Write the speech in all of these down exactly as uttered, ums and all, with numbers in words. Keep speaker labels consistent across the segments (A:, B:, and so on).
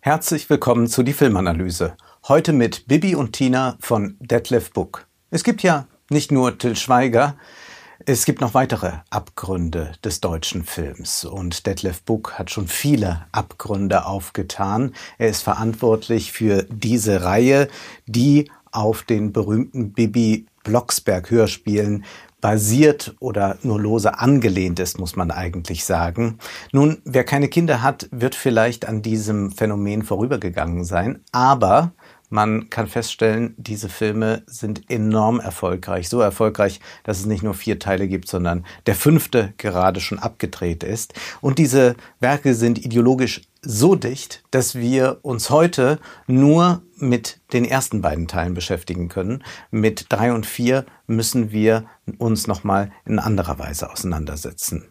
A: Herzlich willkommen zu die Filmanalyse. Heute mit Bibi und Tina von Detlef Buck. Es gibt ja nicht nur Til Schweiger, es gibt noch weitere Abgründe des deutschen Films. Und Detlef Buck hat schon viele Abgründe aufgetan. Er ist verantwortlich für diese Reihe, die auf den berühmten Bibi Blocksberg-Hörspielen basiert oder nur lose angelehnt ist, muss man eigentlich sagen. Nun, wer keine Kinder hat, wird vielleicht an diesem Phänomen vorübergegangen sein, aber man kann feststellen, diese Filme sind enorm erfolgreich. So erfolgreich, dass es nicht nur vier Teile gibt, sondern der fünfte gerade schon abgedreht ist. Und diese Werke sind ideologisch so dicht, dass wir uns heute nur mit den ersten beiden Teilen beschäftigen können. Mit drei und vier müssen wir uns nochmal in anderer Weise auseinandersetzen.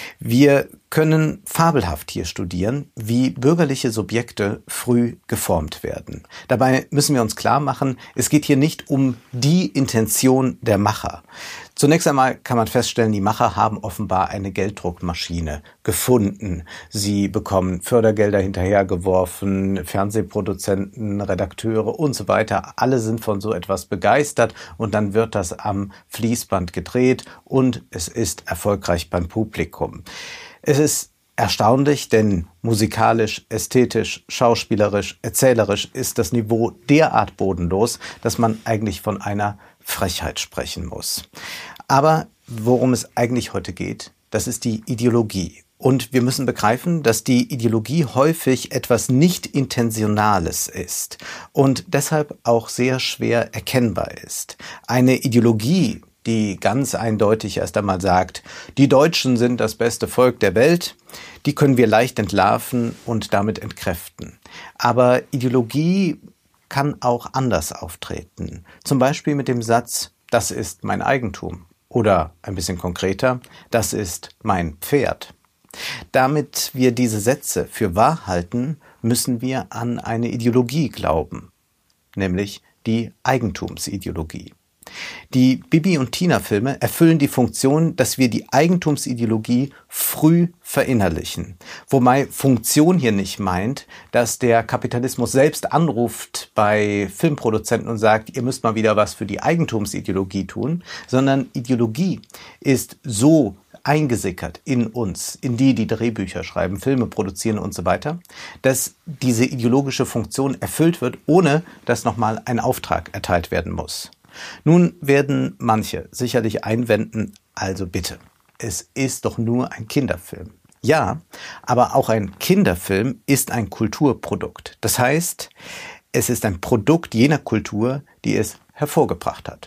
A: Wir können fabelhaft hier studieren, wie bürgerliche Subjekte früh geformt werden. Dabei müssen wir uns klar machen, es geht hier nicht um die Intention der Macher. Zunächst einmal kann man feststellen, die Macher haben offenbar eine Gelddruckmaschine gefunden. Sie bekommen Fördergelder hinterhergeworfen, Fernsehproduzenten, Redakteure und so weiter. Alle sind von so etwas begeistert und dann wird das am Fließband gedreht und es ist erfolgreich beim Publikum. Es ist erstaunlich, denn musikalisch, ästhetisch, schauspielerisch, erzählerisch ist das Niveau derart bodenlos, dass man eigentlich von einer Frechheit sprechen muss. Aber worum es eigentlich heute geht, das ist die Ideologie. Und wir müssen begreifen, dass die Ideologie häufig etwas Nicht-Intentionales ist und deshalb auch sehr schwer erkennbar ist. Eine Ideologie, die ganz eindeutig erst einmal sagt, die Deutschen sind das beste Volk der Welt, die können wir leicht entlarven und damit entkräften. Aber Ideologie kann auch anders auftreten. Zum Beispiel mit dem Satz, das ist mein Eigentum. Oder ein bisschen konkreter, das ist mein Pferd. Damit wir diese Sätze für wahr halten, müssen wir an eine Ideologie glauben, nämlich die Eigentumsideologie. Die Bibi und Tina Filme erfüllen die Funktion, dass wir die Eigentumsideologie früh verinnerlichen. Wobei Funktion hier nicht meint, dass der Kapitalismus selbst anruft bei Filmproduzenten und sagt, ihr müsst mal wieder was für die Eigentumsideologie tun, sondern Ideologie ist so eingesickert in uns, in die, die Drehbücher schreiben, Filme produzieren und so weiter, dass diese ideologische Funktion erfüllt wird, ohne dass nochmal ein Auftrag erteilt werden muss. Nun werden manche sicherlich einwenden, also bitte, es ist doch nur ein Kinderfilm. Ja, aber auch ein Kinderfilm ist ein Kulturprodukt. Das heißt, es ist ein Produkt jener Kultur, die es hervorgebracht hat.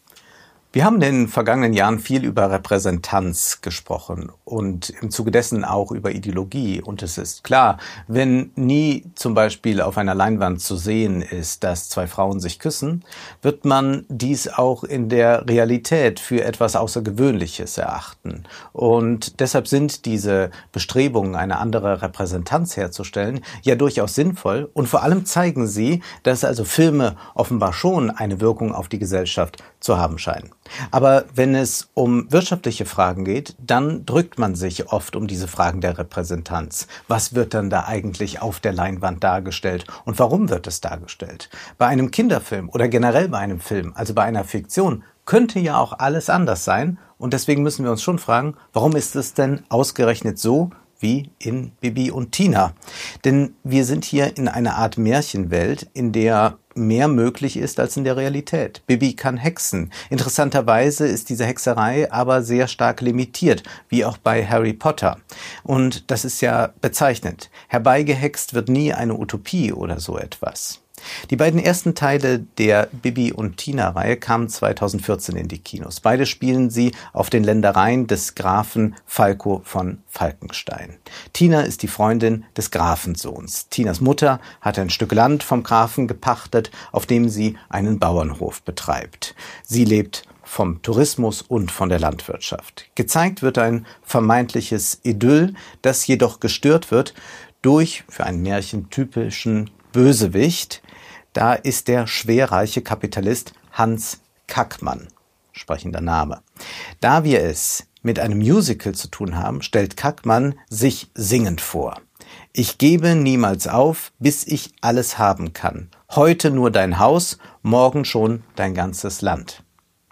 A: Wir haben in den vergangenen Jahren viel über Repräsentanz gesprochen und im Zuge dessen auch über Ideologie. Und es ist klar, wenn nie zum Beispiel auf einer Leinwand zu sehen ist, dass zwei Frauen sich küssen, wird man dies auch in der Realität für etwas Außergewöhnliches erachten. Und deshalb sind diese Bestrebungen, eine andere Repräsentanz herzustellen, ja durchaus sinnvoll. Und vor allem zeigen sie, dass also Filme offenbar schon eine Wirkung auf die Gesellschaft zu haben scheinen. Aber wenn es um wirtschaftliche Fragen geht, dann drückt man sich oft um diese Fragen der Repräsentanz. Was wird dann da eigentlich auf der Leinwand dargestellt und warum wird es dargestellt? Bei einem Kinderfilm oder generell bei einem Film, also bei einer Fiktion, könnte ja auch alles anders sein. Und deswegen müssen wir uns schon fragen, warum ist es denn ausgerechnet so, wie in Bibi und Tina? Denn wir sind hier in einer Art Märchenwelt, in der mehr möglich ist als in der Realität. Bibi kann hexen. Interessanterweise ist diese Hexerei aber sehr stark limitiert, wie auch bei Harry Potter. Und das ist ja bezeichnend. Herbeigehext wird nie eine Utopie oder so etwas. Die beiden ersten Teile der Bibi und Tina-Reihe kamen zweitausendvierzehn in die Kinos. Beide spielen sie auf den Ländereien des Grafen Falco von Falkenstein. Tina ist die Freundin des Grafensohns. Tinas Mutter hat ein Stück Land vom Grafen gepachtet, auf dem sie einen Bauernhof betreibt. Sie lebt vom Tourismus und von der Landwirtschaft. Gezeigt wird ein vermeintliches Idyll, das jedoch gestört wird durch, für einen Märchen typischen Bösewicht. Da ist der schwerreiche Kapitalist Hans Kackmann, sprechender Name. Da wir es mit einem Musical zu tun haben, stellt Kackmann sich singend vor. Ich gebe niemals auf, bis ich alles haben kann. Heute nur dein Haus, morgen schon dein ganzes Land.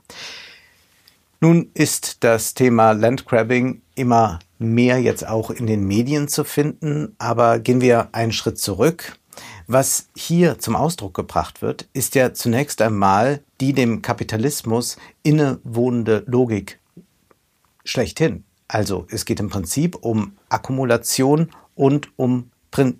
A: Nun ist das Thema Landgrabbing immer mehr jetzt auch in den Medien zu finden, aber gehen wir einen Schritt zurück. Was hier zum Ausdruck gebracht wird, ist ja zunächst einmal die dem Kapitalismus innewohnende Logik schlechthin. Also es geht im Prinzip um Akkumulation und um,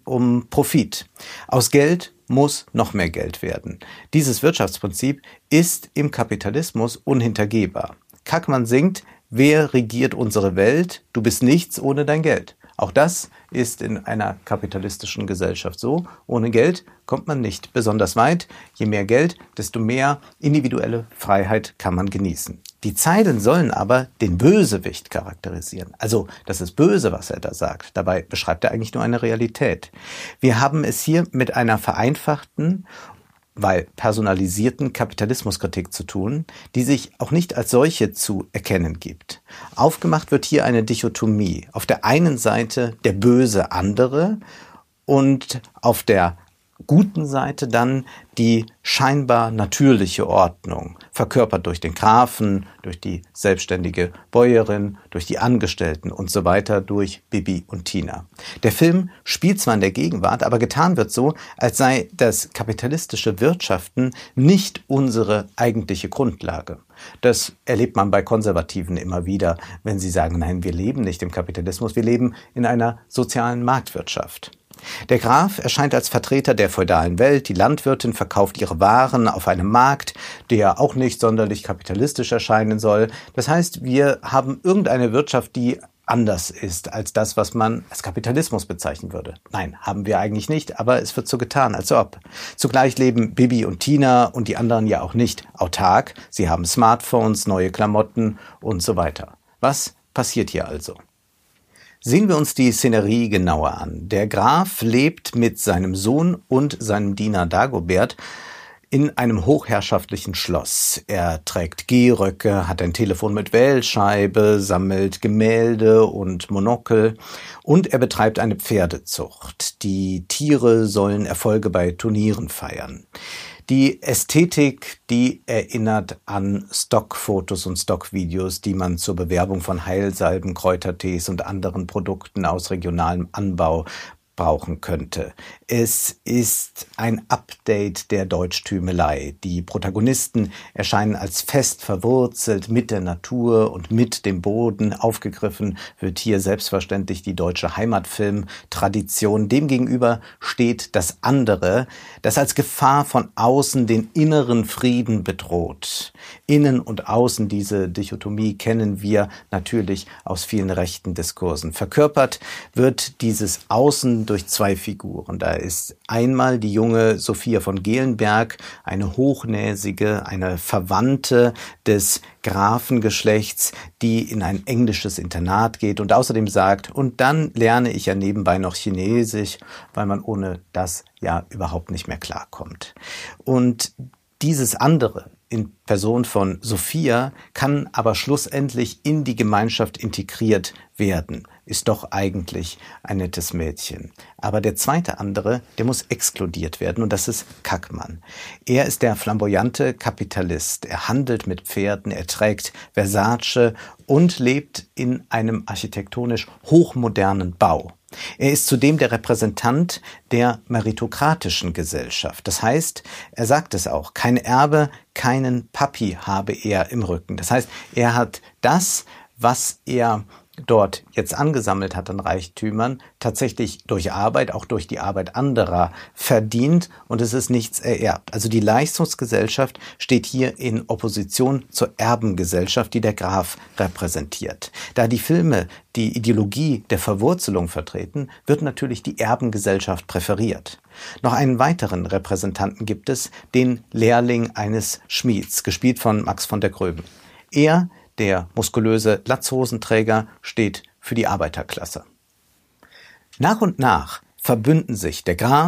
A: um Profit. Aus Geld muss noch mehr Geld werden. Dieses Wirtschaftsprinzip ist im Kapitalismus unhintergehbar. Kackmann singt, wer regiert unsere Welt? Du bist nichts ohne dein Geld. Auch das ist in einer kapitalistischen Gesellschaft so. Ohne Geld kommt man nicht besonders weit. Je mehr Geld, desto mehr individuelle Freiheit kann man genießen. Die Zeilen sollen aber den Bösewicht charakterisieren. Also das ist böse, was er da sagt. Dabei beschreibt er eigentlich nur eine Realität. Wir haben es hier mit einer vereinfachten, weil personalisierten Kapitalismuskritik zu tun, die sich auch nicht als solche zu erkennen gibt. Aufgemacht wird hier eine Dichotomie. Auf der einen Seite der böse andere und auf der guten Seite dann die scheinbar natürliche Ordnung, verkörpert durch den Grafen, durch die selbstständige Bäuerin, durch die Angestellten und so weiter, durch Bibi und Tina. Der Film spielt zwar in der Gegenwart, aber getan wird so, als sei das kapitalistische Wirtschaften nicht unsere eigentliche Grundlage. Das erlebt man bei Konservativen immer wieder, wenn sie sagen, nein, wir leben nicht im Kapitalismus, wir leben in einer sozialen Marktwirtschaft. Der Graf erscheint als Vertreter der feudalen Welt, die Landwirtin verkauft ihre Waren auf einem Markt, der auch nicht sonderlich kapitalistisch erscheinen soll. Das heißt, wir haben irgendeine Wirtschaft, die anders ist als das, was man als Kapitalismus bezeichnen würde. Nein, haben wir eigentlich nicht, aber es wird so getan, als ob. Zugleich leben Bibi und Tina und die anderen ja auch nicht autark. Sie haben Smartphones, neue Klamotten und so weiter. Was passiert hier also? Sehen wir uns die Szenerie genauer an. Der Graf lebt mit seinem Sohn und seinem Diener Dagobert in einem hochherrschaftlichen Schloss. Er trägt Gehröcke, hat ein Telefon mit Wählscheibe, sammelt Gemälde und Monokel und er betreibt eine Pferdezucht. Die Tiere sollen Erfolge bei Turnieren feiern. Die Ästhetik, die erinnert an Stockfotos und Stockvideos, die man zur Bewerbung von Heilsalben, Kräutertees und anderen Produkten aus regionalem Anbau brauchen könnte. Es ist ein Update der Deutschtümelei. Die Protagonisten erscheinen als fest verwurzelt mit der Natur und mit dem Boden. Aufgegriffen wird hier selbstverständlich die deutsche Heimatfilmtradition. Demgegenüber steht das andere, das als Gefahr von außen den inneren Frieden bedroht. Innen und außen, diese Dichotomie kennen wir natürlich aus vielen rechten Diskursen. Verkörpert wird dieses Außen durch zwei Figuren. Da ist einmal die junge Sophia von Gelenberg, eine hochnäsige, eine Verwandte des Grafengeschlechts, die in ein englisches Internat geht und außerdem sagt, und dann lerne ich ja nebenbei noch Chinesisch, weil man ohne das ja überhaupt nicht mehr klarkommt. Und dieses andere in Person von Sophia kann aber schlussendlich in die Gemeinschaft integriert werden. Ist doch eigentlich ein nettes Mädchen. Aber der zweite andere, der muss exkludiert werden und das ist Kackmann. Er ist der flamboyante Kapitalist. Er handelt mit Pferden, er trägt Versace und lebt in einem architektonisch hochmodernen Bau. Er ist zudem der Repräsentant der meritokratischen Gesellschaft. Das heißt, er sagt es auch, kein Erbe, keinen Papi habe er im Rücken. Das heißt, er hat das, was er dort jetzt angesammelt hat an Reichtümern, tatsächlich durch Arbeit, auch durch die Arbeit anderer verdient und es ist nichts ererbt. Also die Leistungsgesellschaft steht hier in Opposition zur Erbengesellschaft, die der Graf repräsentiert. Da die Filme die Ideologie der Verwurzelung vertreten, wird natürlich die Erbengesellschaft präferiert. Noch einen weiteren Repräsentanten gibt es, den Lehrling eines Schmieds, gespielt von Max von der Gröben. Er, der muskulöse Latzhosenträger, steht für die Arbeiterklasse. Nach und nach verbünden sich der Graf,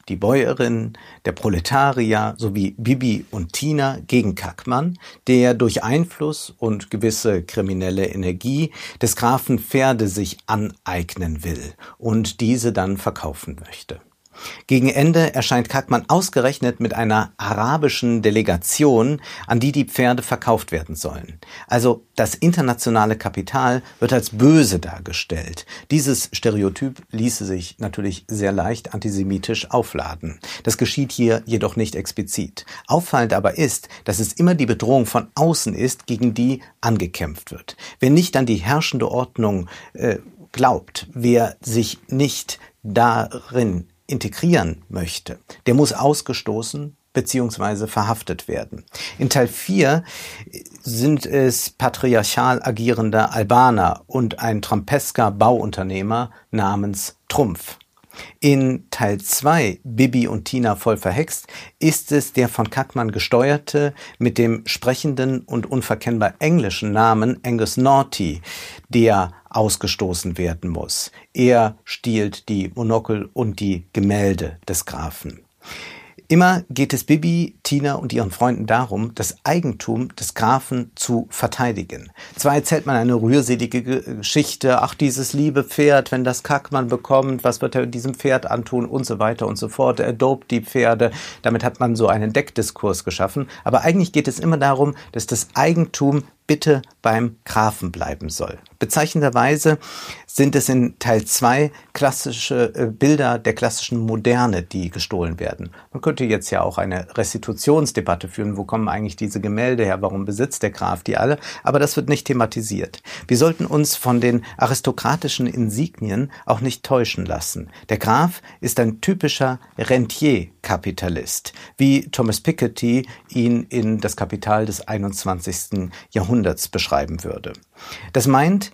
A: die Bäuerin, der Proletarier sowie Bibi und Tina gegen Kackmann, der durch Einfluss und gewisse kriminelle Energie des Grafen Pferde sich aneignen will und diese dann verkaufen möchte. Gegen Ende erscheint Kackmann ausgerechnet mit einer arabischen Delegation, an die die Pferde verkauft werden sollen. Also das internationale Kapital wird als böse dargestellt. Dieses Stereotyp ließe sich natürlich sehr leicht antisemitisch aufladen. Das geschieht hier jedoch nicht explizit. Auffallend aber ist, dass es immer die Bedrohung von außen ist, gegen die angekämpft wird. Wer nicht an die herrschende Ordnung äh, glaubt, wer sich nicht darin integrieren möchte, der muss ausgestoßen bzw. verhaftet werden. In Teil vier sind es patriarchal agierende Albaner und ein trumpesker Bauunternehmer namens Trumpf. In Teil zwei, Bibi und Tina voll verhext, ist es der von Kackmann gesteuerte, mit dem sprechenden und unverkennbar englischen Namen Angus Naughty, der ausgestoßen werden muss. Er stiehlt die Monokel und die Gemälde des Grafen. Immer geht es Bibi, Tina und ihren Freunden darum, das Eigentum des Grafen zu verteidigen. Zwar erzählt man eine rührselige Geschichte, ach, dieses liebe Pferd, wenn das Kackmann bekommt, was wird er diesem Pferd antun und so weiter und so fort. Er dopt die Pferde, damit hat man so einen Deckdiskurs geschaffen. Aber eigentlich geht es immer darum, dass das Eigentum bitte beim Grafen bleiben soll. Bezeichnenderweise sind es in Teil zwei klassische äh, Bilder der klassischen Moderne, die gestohlen werden. Man könnte jetzt ja auch eine Restitutionsdebatte führen. Wo kommen eigentlich diese Gemälde her? Warum besitzt der Graf die alle? Aber das wird nicht thematisiert. Wir sollten uns von den aristokratischen Insignien auch nicht täuschen lassen. Der Graf ist ein typischer Rentierkapitalist, wie Thomas Piketty ihn in Das Kapital des einundzwanzigsten Jahrhunderts beschreiben würde. Das meint,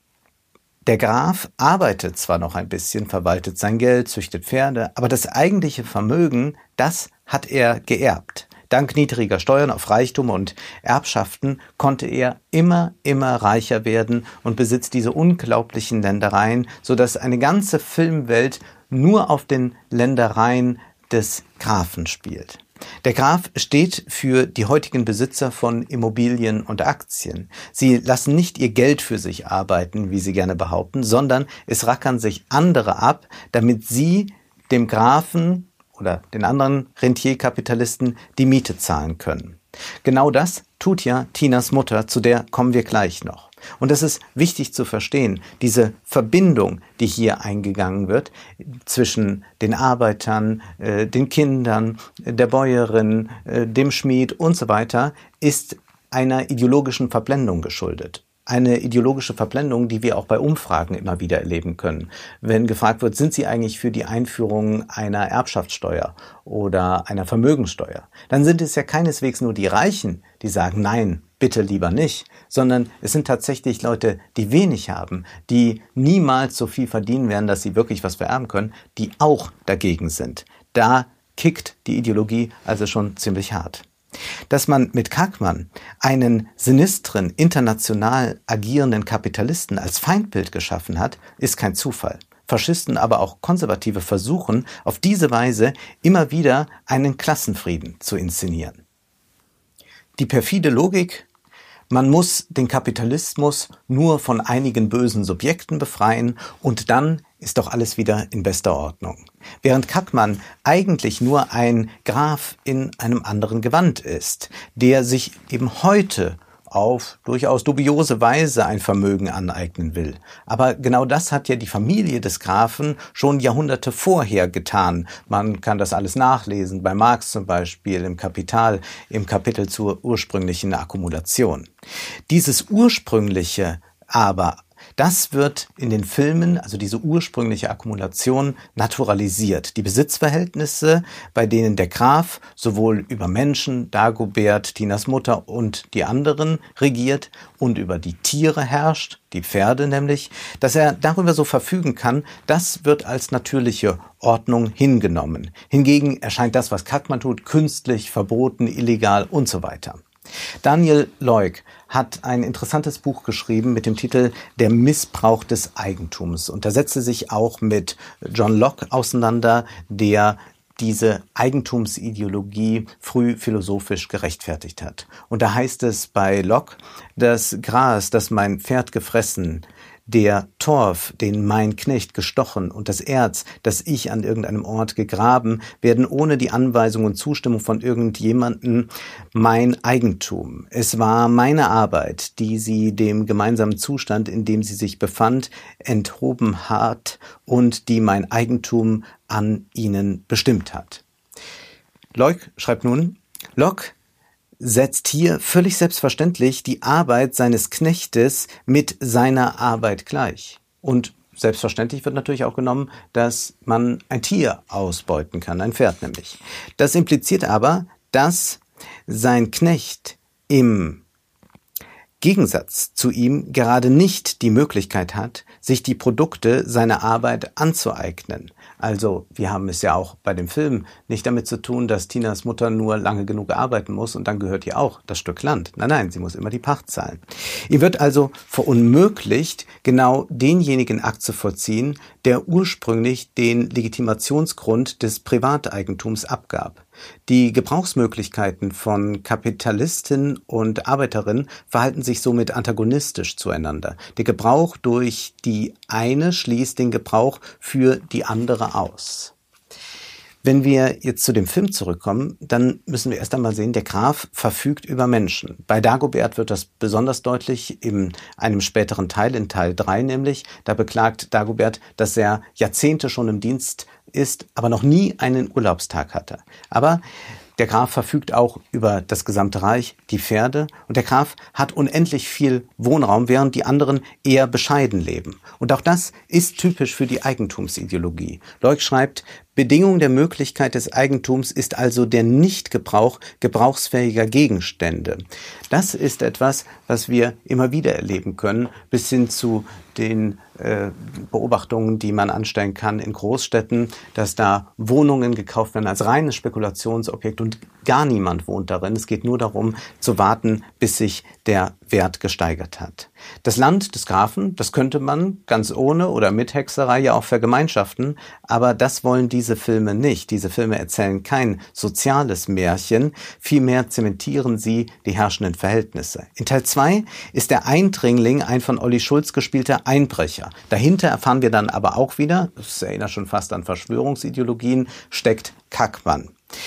A: der Graf arbeitet zwar noch ein bisschen, verwaltet sein Geld, züchtet Pferde, aber das eigentliche Vermögen, das hat er geerbt. Dank niedriger Steuern auf Reichtum und Erbschaften konnte er immer, immer reicher werden und besitzt diese unglaublichen Ländereien, sodass eine ganze Filmwelt nur auf den Ländereien des Grafen spielt. Der Graf steht für die heutigen Besitzer von Immobilien und Aktien. Sie lassen nicht ihr Geld für sich arbeiten, wie sie gerne behaupten, sondern es rackern sich andere ab, damit sie dem Grafen oder den anderen Rentierkapitalisten die Miete zahlen können. Genau das tut ja Tinas Mutter, zu der kommen wir gleich noch. Und das ist wichtig zu verstehen, diese Verbindung, die hier eingegangen wird zwischen den Arbeitern, äh, den Kindern, der Bäuerin, äh, dem Schmied und so weiter, ist einer ideologischen Verblendung geschuldet. Eine ideologische Verblendung, die wir auch bei Umfragen immer wieder erleben können. Wenn gefragt wird, sind Sie eigentlich für die Einführung einer Erbschaftssteuer oder einer Vermögenssteuer, dann sind es ja keineswegs nur die Reichen, die sagen, nein, bitte lieber nicht, sondern es sind tatsächlich Leute, die wenig haben, die niemals so viel verdienen werden, dass sie wirklich was vererben können, die auch dagegen sind. Da kickt die Ideologie also schon ziemlich hart. Dass man mit Kackmann einen sinistren, international agierenden Kapitalisten als Feindbild geschaffen hat, ist kein Zufall. Faschisten, aber auch Konservative versuchen, auf diese Weise immer wieder einen Klassenfrieden zu inszenieren. Die perfide Logik: Man muss den Kapitalismus nur von einigen bösen Subjekten befreien und dann ist doch alles wieder in bester Ordnung. Während Kackmann eigentlich nur ein Graf in einem anderen Gewand ist, der sich eben heute auf durchaus dubiose Weise ein Vermögen aneignen will. Aber genau das hat ja die Familie des Grafen schon Jahrhunderte vorher getan. Man kann das alles nachlesen, bei Marx zum Beispiel, im Kapital, im Kapitel zur ursprünglichen Akkumulation. Dieses ursprüngliche aber, das wird in den Filmen, also diese ursprüngliche Akkumulation, naturalisiert. Die Besitzverhältnisse, bei denen der Graf sowohl über Menschen, Dagobert, Tinas Mutter und die anderen regiert und über die Tiere herrscht, die Pferde nämlich, dass er darüber so verfügen kann, das wird als natürliche Ordnung hingenommen. Hingegen erscheint das, was Kackmann tut, künstlich, verboten, illegal und so weiter. Daniel Leuk hat ein interessantes Buch geschrieben mit dem Titel Der Missbrauch des Eigentums. Und da setzt er sich auch mit John Locke auseinander, der diese Eigentumsideologie früh philosophisch gerechtfertigt hat. Und da heißt es bei Locke: Das Gras, das mein Pferd gefressen, der Torf, den mein Knecht gestochen, und das Erz, das ich an irgendeinem Ort gegraben, werden ohne die Anweisung und Zustimmung von irgendjemandem mein Eigentum. Es war meine Arbeit, die sie dem gemeinsamen Zustand, in dem sie sich befand, enthoben hat und die mein Eigentum an ihnen bestimmt hat. Locke schreibt nun: Locke setzt hier völlig selbstverständlich die Arbeit seines Knechtes mit seiner Arbeit gleich. Und selbstverständlich wird natürlich auch genommen, dass man ein Tier ausbeuten kann, ein Pferd nämlich. Das impliziert aber, dass sein Knecht im Gegensatz zu ihm gerade nicht die Möglichkeit hat, sich die Produkte seiner Arbeit anzueignen. Also wir haben es ja auch bei dem Film nicht damit zu tun, dass Tinas Mutter nur lange genug arbeiten muss und dann gehört ihr auch das Stück Land. Nein, nein, sie muss immer die Pacht zahlen. Ihr wird also verunmöglicht, genau denjenigen Akt zu vollziehen, der ursprünglich den Legitimationsgrund des Privateigentums abgab. Die Gebrauchsmöglichkeiten von Kapitalisten und Arbeiterinnen verhalten sich somit antagonistisch zueinander. Der Gebrauch durch die eine schließt den Gebrauch für die andere aus. Wenn wir jetzt zu dem Film zurückkommen, dann müssen wir erst einmal sehen, der Graf verfügt über Menschen. Bei Dagobert wird das besonders deutlich in einem späteren Teil, in Teil drei nämlich. Da beklagt Dagobert, dass er Jahrzehnte schon im Dienst ist, aber noch nie einen Urlaubstag hatte. Aber der Graf verfügt auch über das gesamte Reich, die Pferde, und der Graf hat unendlich viel Wohnraum, während die anderen eher bescheiden leben. Und auch das ist typisch für die Eigentumsideologie. Locke schreibt: Bedingung der Möglichkeit des Eigentums ist also der Nichtgebrauch gebrauchsfähiger Gegenstände. Das ist etwas, was wir immer wieder erleben können, bis hin zu den äh, Beobachtungen, die man anstellen kann in Großstädten, dass da Wohnungen gekauft werden als reines Spekulationsobjekt und gar niemand wohnt darin. Es geht nur darum, zu warten, bis sich der Wert gesteigert hat. Das Land des Grafen, das könnte man ganz ohne oder mit Hexerei ja auch vergemeinschaften, aber das wollen diese Filme nicht. Diese Filme erzählen kein soziales Märchen, vielmehr zementieren sie die herrschenden Verhältnisse. In Teil zwei ist der Eindringling ein von Olli Schulz gespielter Einbrecher. Dahinter erfahren wir dann aber auch wieder, das erinnert schon fast an Verschwörungsideologien, steckt Kackmann.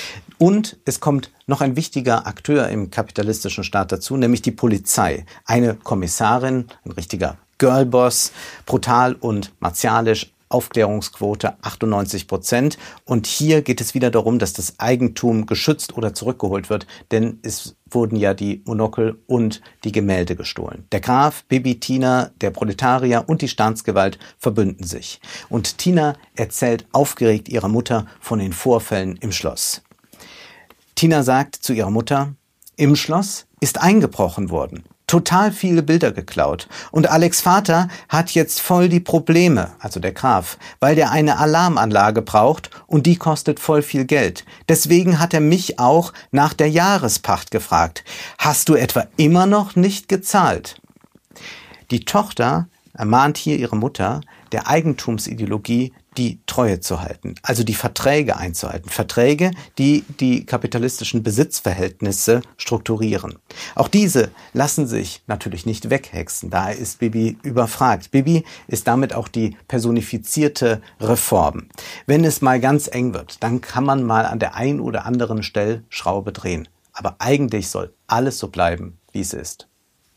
A: Und es kommt noch ein wichtiger Akteur im kapitalistischen Staat dazu, nämlich die Polizei. Eine Kommissarin, ein richtiger Girlboss, brutal und martialisch, Aufklärungsquote achtundneunzig Prozent. Und hier geht es wieder darum, dass das Eigentum geschützt oder zurückgeholt wird, denn es wurden ja die Monokel und die Gemälde gestohlen. Der Graf, Bibi, Tina, der Proletarier und die Staatsgewalt verbünden sich. Und Tina erzählt aufgeregt ihrer Mutter von den Vorfällen im Schloss. Tina sagt zu ihrer Mutter: Im Schloss ist eingebrochen worden. Total viele Bilder geklaut. Und Alex' Vater hat jetzt voll die Probleme, also der Graf, weil der eine Alarmanlage braucht und die kostet voll viel Geld. Deswegen hat er mich auch nach der Jahrespacht gefragt. Hast du etwa immer noch nicht gezahlt? Die Tochter ermahnt hier ihre Mutter, der Eigentumsideologie die Treue zu halten, also die Verträge einzuhalten. Verträge, die die kapitalistischen Besitzverhältnisse strukturieren. Auch diese lassen sich natürlich nicht weghexen. Daher ist Bibi überfragt. Bibi ist damit auch die personifizierte Reform. Wenn es mal ganz eng wird, dann kann man mal an der einen oder anderen Stellschraube drehen. Aber eigentlich soll alles so bleiben, wie es ist.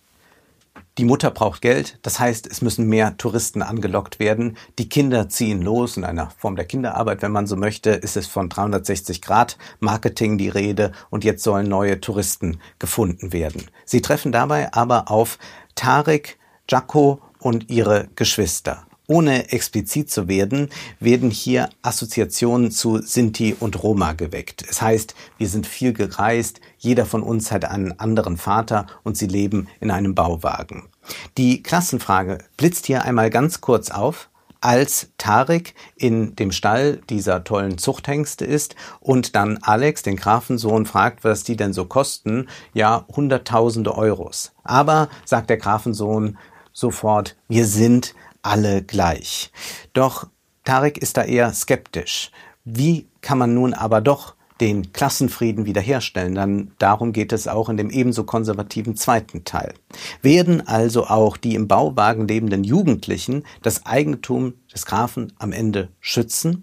A: Die Mutter braucht Geld, das heißt, es müssen mehr Touristen angelockt werden. Die Kinder ziehen los, in einer Form der Kinderarbeit, wenn man so möchte, ist es von dreihundertsechzig Grad Marketing die Rede und jetzt sollen neue Touristen gefunden werden. Sie treffen dabei aber auf Tarek, Jacko und ihre Geschwister. Ohne explizit zu werden, werden hier Assoziationen zu Sinti und Roma geweckt. Es heißt, wir sind viel gereist, jeder von uns hat einen anderen Vater und sie leben in einem Bauwagen. Die Klassenfrage blitzt hier einmal ganz kurz auf, als Tarek in dem Stall dieser tollen Zuchthengste ist und dann Alex, den Grafensohn, fragt, was die denn so kosten. Ja, hunderttausende Euros. Aber, sagt der Grafensohn sofort, wir sind alle gleich. Doch Tarek ist da eher skeptisch. Wie kann man nun aber doch den Klassenfrieden wiederherstellen. Dann darum geht es auch in dem ebenso konservativen zweiten Teil. Werden also auch die im Bauwagen lebenden Jugendlichen das Eigentum des Grafen am Ende schützen?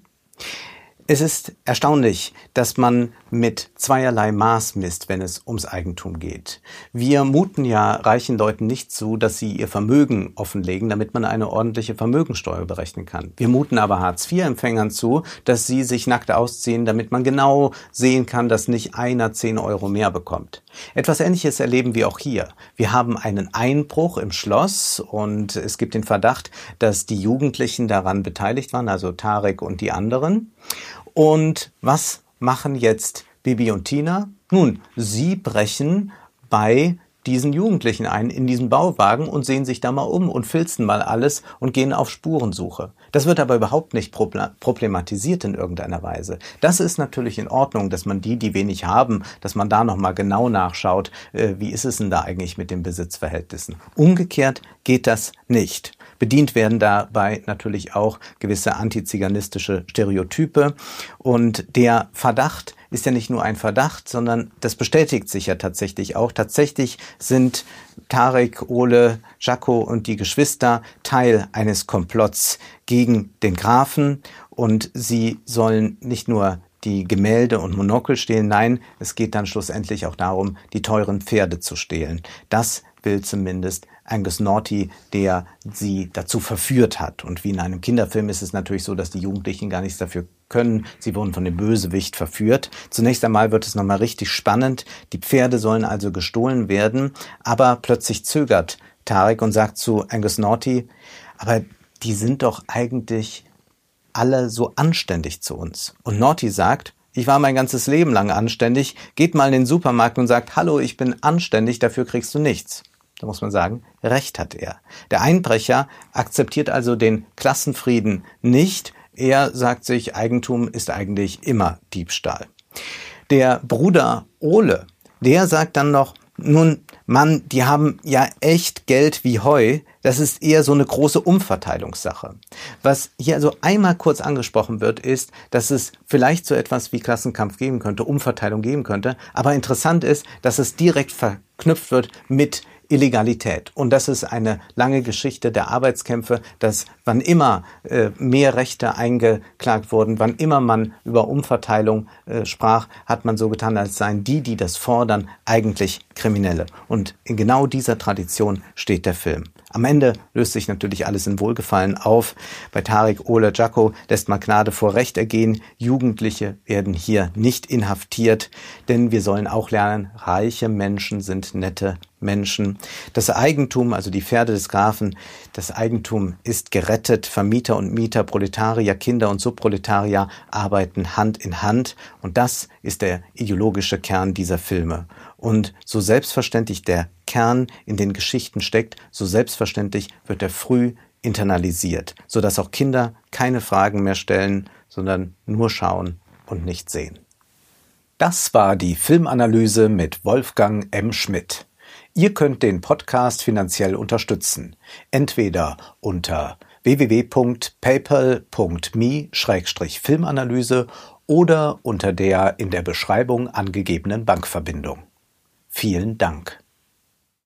A: Es ist erstaunlich, dass man mit zweierlei Maß misst, wenn es ums Eigentum geht. Wir muten ja reichen Leuten nicht zu, dass sie ihr Vermögen offenlegen, damit man eine ordentliche Vermögensteuer berechnen kann. Wir muten aber Hartz vier Empfängern zu, dass sie sich nackt ausziehen, damit man genau sehen kann, dass nicht einer zehn Euro mehr bekommt. Etwas Ähnliches erleben wir auch hier. Wir haben einen Einbruch im Schloss und es gibt den Verdacht, dass die Jugendlichen daran beteiligt waren, also Tarek und die anderen. Und was machen jetzt Bibi und Tina? Nun, sie brechen bei diesen Jugendlichen ein, in diesen Bauwagen und sehen sich da mal um und filzen mal alles und gehen auf Spurensuche. Das wird aber überhaupt nicht problematisiert in irgendeiner Weise. Das ist natürlich in Ordnung, dass man die, die wenig haben, dass man da nochmal genau nachschaut, äh, wie ist es denn da eigentlich mit den Besitzverhältnissen. Umgekehrt geht das nicht. Bedient werden dabei natürlich auch gewisse antiziganistische Stereotype. Und der Verdacht ist ja nicht nur ein Verdacht, sondern das bestätigt sich ja tatsächlich auch. Tatsächlich sind Tarek, Ole, Jaco und die Geschwister Teil eines Komplotts gegen den Grafen. Und sie sollen nicht nur die Gemälde und Monokel stehlen, nein, es geht dann schlussendlich auch darum, die teuren Pferde zu stehlen. Das will zumindest Angus Naughty, der sie dazu verführt hat. Und wie in einem Kinderfilm ist es natürlich so, dass die Jugendlichen gar nichts dafür können. Sie wurden von dem Bösewicht verführt. Zunächst einmal wird es nochmal richtig spannend. Die Pferde sollen also gestohlen werden, aber plötzlich zögert Tarek und sagt zu Angus Naughty, aber die sind doch eigentlich alle so anständig zu uns. Und Naughty sagt, ich war mein ganzes Leben lang anständig, geht mal in den Supermarkt und sagt, hallo, ich bin anständig, dafür kriegst du nichts. Da muss man sagen, recht hat er. Der Einbrecher akzeptiert also den Klassenfrieden nicht. Er sagt sich, Eigentum ist eigentlich immer Diebstahl. Der Bruder Ole, der sagt dann noch, nun, Mann, die haben ja echt Geld wie Heu. Das ist eher so eine große Umverteilungssache. Was hier also einmal kurz angesprochen wird, ist, dass es vielleicht so etwas wie Klassenkampf geben könnte, Umverteilung geben könnte. Aber interessant ist, dass es direkt verknüpft wird mit Illegalität. Und das ist eine lange Geschichte der Arbeitskämpfe, dass wann immer äh, mehr Rechte eingeklagt wurden, wann immer man über Umverteilung äh, sprach, hat man so getan, als seien die, die das fordern, eigentlich Kriminelle. Und in genau dieser Tradition steht der Film. Am Ende löst sich natürlich alles in Wohlgefallen auf. Bei Tarek, Ole, Jaco lässt man Gnade vor Recht ergehen. Jugendliche werden hier nicht inhaftiert, denn wir sollen auch lernen, reiche Menschen sind nette Menschen. Das Eigentum, also die Pferde des Grafen, das Eigentum ist gerettet. Vermieter und Mieter, Proletarier, Kinder und Subproletarier arbeiten Hand in Hand. Und das ist der ideologische Kern dieser Filme. Und so selbstverständlich der Kern in den Geschichten steckt, so selbstverständlich wird er früh internalisiert, sodass auch Kinder keine Fragen mehr stellen, sondern nur schauen und nicht sehen. Das war die Filmanalyse mit Wolfgang M. Schmidt. Ihr könnt den Podcast finanziell unterstützen, entweder unter w w w punkt paypal punkt me slash filmanalyse oder unter der in der Beschreibung angegebenen Bankverbindung. Vielen Dank.